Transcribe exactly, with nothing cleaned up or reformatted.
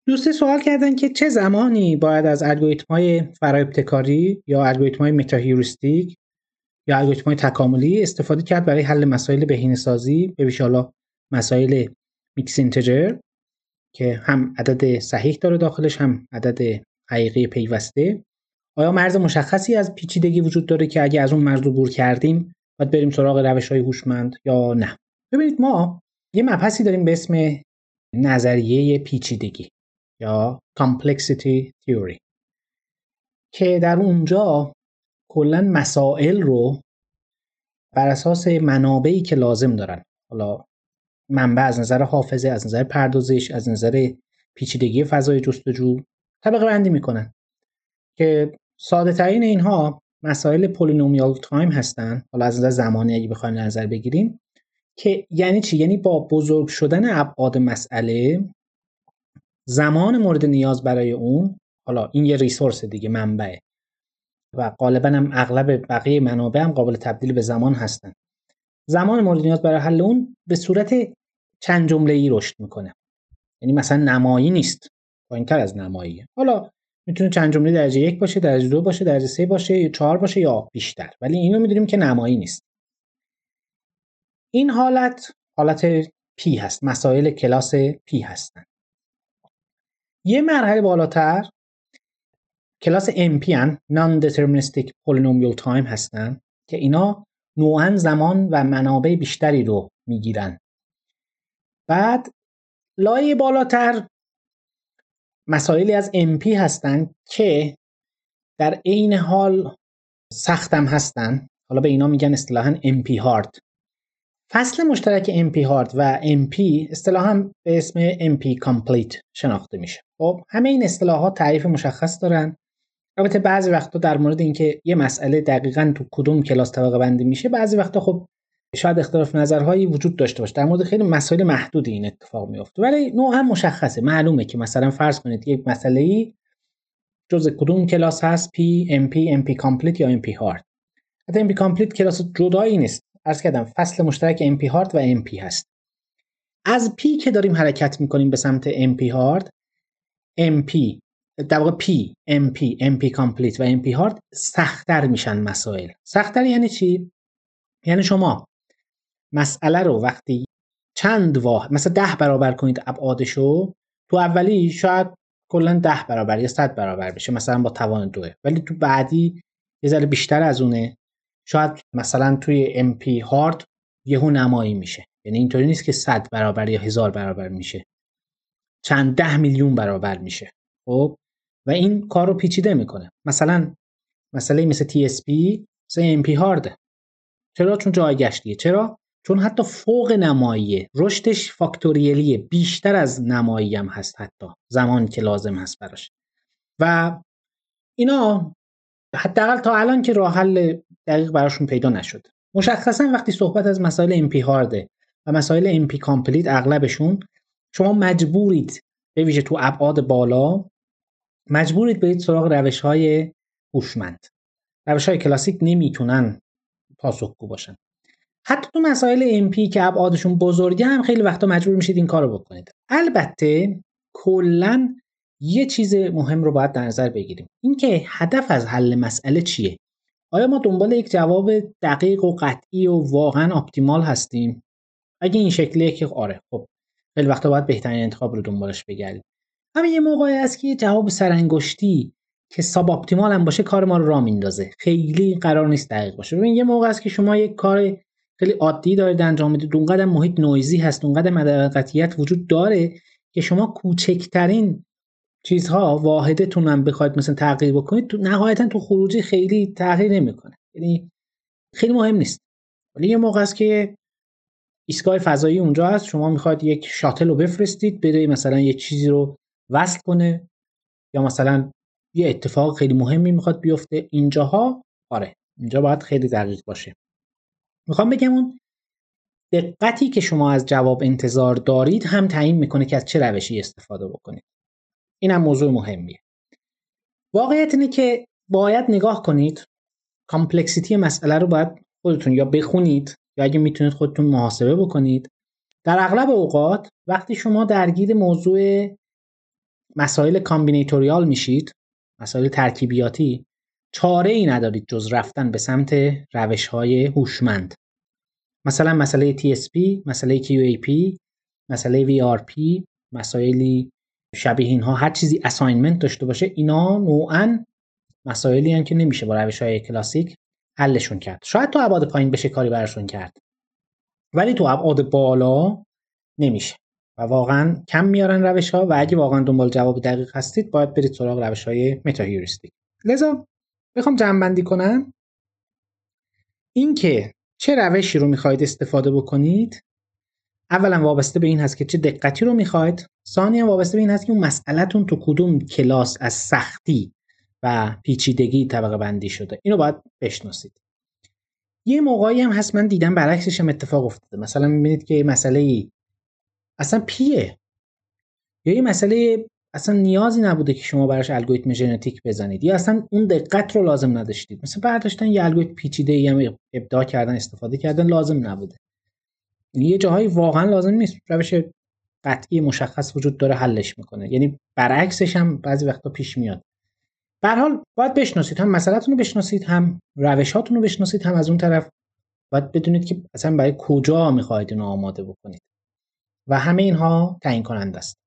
دوستی سوال کردن که چه زمانی باید از الگوریتم‌های فراابتکاری یا الگوریتم‌های متاهیوریستیک یا الگوریتم‌های تکاملی استفاده کرد برای حل مسائل بهینه‌سازی، به ویژه حالا مسائل میکس اینتجر که هم عدد صحیح داره داخلش هم عدد حقیقی پیوسته. آیا مرز مشخصی از پیچیدگی وجود داره که اگه از اون مرز عبور کردیم باید بریم سراغ روش‌های هوشمند یا نه؟ ببینید ما یه مبحثی داریم به اسم نظریه پیچیدگی یا complexity theory که در اونجا کلاً مسائل رو بر اساس منابعی که لازم دارن، حالا منبع از نظر حافظه، از نظر پردازش، از نظر پیچیدگی فضای جستجو طبقه بندی میکنن که ساده ترین اینها مسائل پولینومیال تایم هستن. حالا از نظر زمانی اگه بخوایم نظر بگیریم که یعنی چی؟ یعنی با بزرگ شدن ابعاد مسئله زمان مورد نیاز برای اون، حالا این یه ریسورس دیگه، منبعه و غالبا هم اغلب بقیه منابع هم قابل تبدیل به زمان هستن، زمان مورد نیاز برای حل اون به صورت چند جمله‌ای رشد میکنه. یعنی مثلا نمایی نیست، پایین‌تر از نماییه. حالا میتونه چند جمله درجه یک باشه، درجه دو باشه، درجه سه باشه، یا چهار باشه یا بیشتر، ولی اینو میدونیم که نمایی نیست. این حالت حالت پی هست، مسائل کلاس پی هستن. یه مرحله بالاتر کلاس ام پی هن، Non-Deterministic Polynomial Time هستن که اینا نوعاً زمان و منابع بیشتری رو میگیرن. بعد لایه بالاتر مسائلی از ام پی هستن که در عین حال سختم هستن، حالا به اینا میگن اصطلاحاً ام پی هارد. فصل مشترک ام پی هارد و ام پی اصطلاحاً به اسم ام پی کامپلیت شناخته میشه. خب همه این اصطلاحات تعریف مشخص دارن. البته بعضی وقتا در مورد اینکه یه مسئله دقیقاً تو کدوم کلاس طبقه بندی میشه، بعضی وقتا خب شاید اختلاف نظرهایی وجود داشته باشه. در مورد خیلی مسائل محدودی این اتفاق میفته، ولی نوعاً مشخصه، معلومه که مثلا فرض کنید یک مسئله‌ای جزء کدوم کلاس هست، پی، ام پی، ام پی کامپلیت یا ام پی هارد. البته ام پی کامپلیت کلاس جدایی نیست، عرض کردم فصل مشترک ام پی هارد و ام پی هست. از پی که داریم حرکت میکنیم به سمت ام پی هارد، ام پی در واقع پی، ام پی، ام پی کامپلیت و ام پی هارد سخت‌تر میشن مسائل. سخت‌تر یعنی چی؟ یعنی شما مسئله رو وقتی چند واحد مثلا ده برابر کنید ابعادشو، تو اولی شاید کلا ده برابر یا صد برابر بشه مثلا با توان دوه، ولی تو بعدی یه ذره بیشتر از اونه، شاید مثلا توی ام پی هارد یهو نمایی میشه. یعنی اینطوری نیست که صد برابر یا هزار برابر میشه، چند ده میلیون برابر میشه. خب و این کار رو پیچیده میکنه. مثلا مسئله مثل تی اس پی مثل ام پی هارده. چرا؟ چون جایگشتیه. چرا؟ چون حتی فوق نماییه، رشدش فاکتوریالیه، بیشتر از نمایی هم هست، حتی زمانی که لازم هست براش. و اینا حداقل تا الان که راه حل دقیق براشون پیدا نشد. مشخصا وقتی صحبت از مسائل ام پی هارده و مسائل ام پی کامپلیت، اغلبشون شما مجبورید به ویژه تو ابعاد بالا مجبورید برید سراغ روش‌های هوشمند. روش‌های کلاسیک نمیتونن پاسخگو باشن. حتی تو مسائل ام پی که ابعادشون بزرگه هم خیلی وقتا مجبور میشید این کارو بکنید. البته کلاً یه چیز مهم رو باید در نظر بگیریم، اینکه هدف از حل مسئله چیه؟ آیا ما دنبال یک جواب دقیق و قطعی و واقعاً اپتیمال هستیم؟ اگه این شکلیه که آره، خب خیلی وقتا باید بهترین انتخاب رو دنبالش بگردیم. اما یه موقعی هست که جواب سرانگشتی که ساب اپتیمال هم باشه کار ما رو راه میندازه، خیلی قرار نیست دقیق باشه. ببین یه موقع هست که شما یک کار خیلی عادی دارید انجام میدید، اونقدر محیط نویزی هست، اونقدر مدار قطعیت وجود داره که شما کوچکترین چیزها واحدتون هم بخواید مثلا تغییر بکنید، تو نهایتا تو خروجی خیلی تغییر نمیکنه، یعنی خیلی مهم نیست. ولی یه موقع است که ایستگاه فضایی اونجا هست، شما میخواید یک شاتل رو بفرستید بره مثلا یه چیزی رو وصل کنه، یا مثلا یه اتفاق خیلی مهمی میخواد بیفته، اینجاها آره اینجا باید خیلی دقیق باشه. میخوام بگم اون دقتی که شما از جواب انتظار دارید هم تعیین میکنه که از چه روشی استفاده بکنید. این هم موضوع مهمیه. واقعیت اینه که باید نگاه کنید، کامپلکسیتی مسئله رو باید خودتون یا بخونید یا اگه میتونید خودتون محاسبه بکنید. در اغلب اوقات وقتی شما درگیر موضوع مسائل کامبینیتوریال میشید، مسائل ترکیبیاتی، چاره ای ندارید جز رفتن به سمت روش های هوشمند. مثلا مسئله تی اس پی، مسئله کیو ای پی، مسئله وی آر پی، مسائلی شبیه اینها، هر چیزی اساینمنت داشته باشه، اینا نوعاً مسائلی هستند که نمیشه با روش‌های کلاسیک حلشون کرد. شاید تو ابعاد پایین بشه کاری براشون کرد، ولی تو ابعاد بالا نمیشه و واقعا کم میارن روش‌ها و اگه واقعا دنبال جواب دقیق هستید باید برید سراغ روش‌های متا هیوریستیک. لذا بخوام جمع‌بندی کنم، این که چه روشی رو میخواید استفاده بکنید، اولا وابسته به این هست که چه دقتی رو میخواید، ثانیا وابسته به این هست که اون مسئله‌تون تو کدوم کلاس از سختی و پیچیدگی طبقه بندی شده. اینو باید بشناسید. یه موقعی هم هست من دیدم برعکسش هم اتفاق افتاده، مثلا میبینید که مسئله اصلا پیه یا یه مسئله اصلا نیازی نبوده که شما براش الگوریتم ژنتیک بزنید یا اصلا اون دقت رو لازم نداشتید، مثلا برداشتن یه الگوریتم پیچیده‌ای هم ابداع کردن استفاده کردن، لازم نبوده. یه جاهایی واقعا لازم نیست، روش قطعی مشخص وجود داره حلش میکنه، یعنی برعکسش هم بعضی وقتا پیش میاد. به هر حال باید بشناسید، هم مسئله‌تون رو بشناسید، هم روش‌هاتون رو بشناسید، هم از اون طرف باید بدونید که اصلا برای کجا میخواید اینو آماده بکنید و همه اینها تعیین کننده است.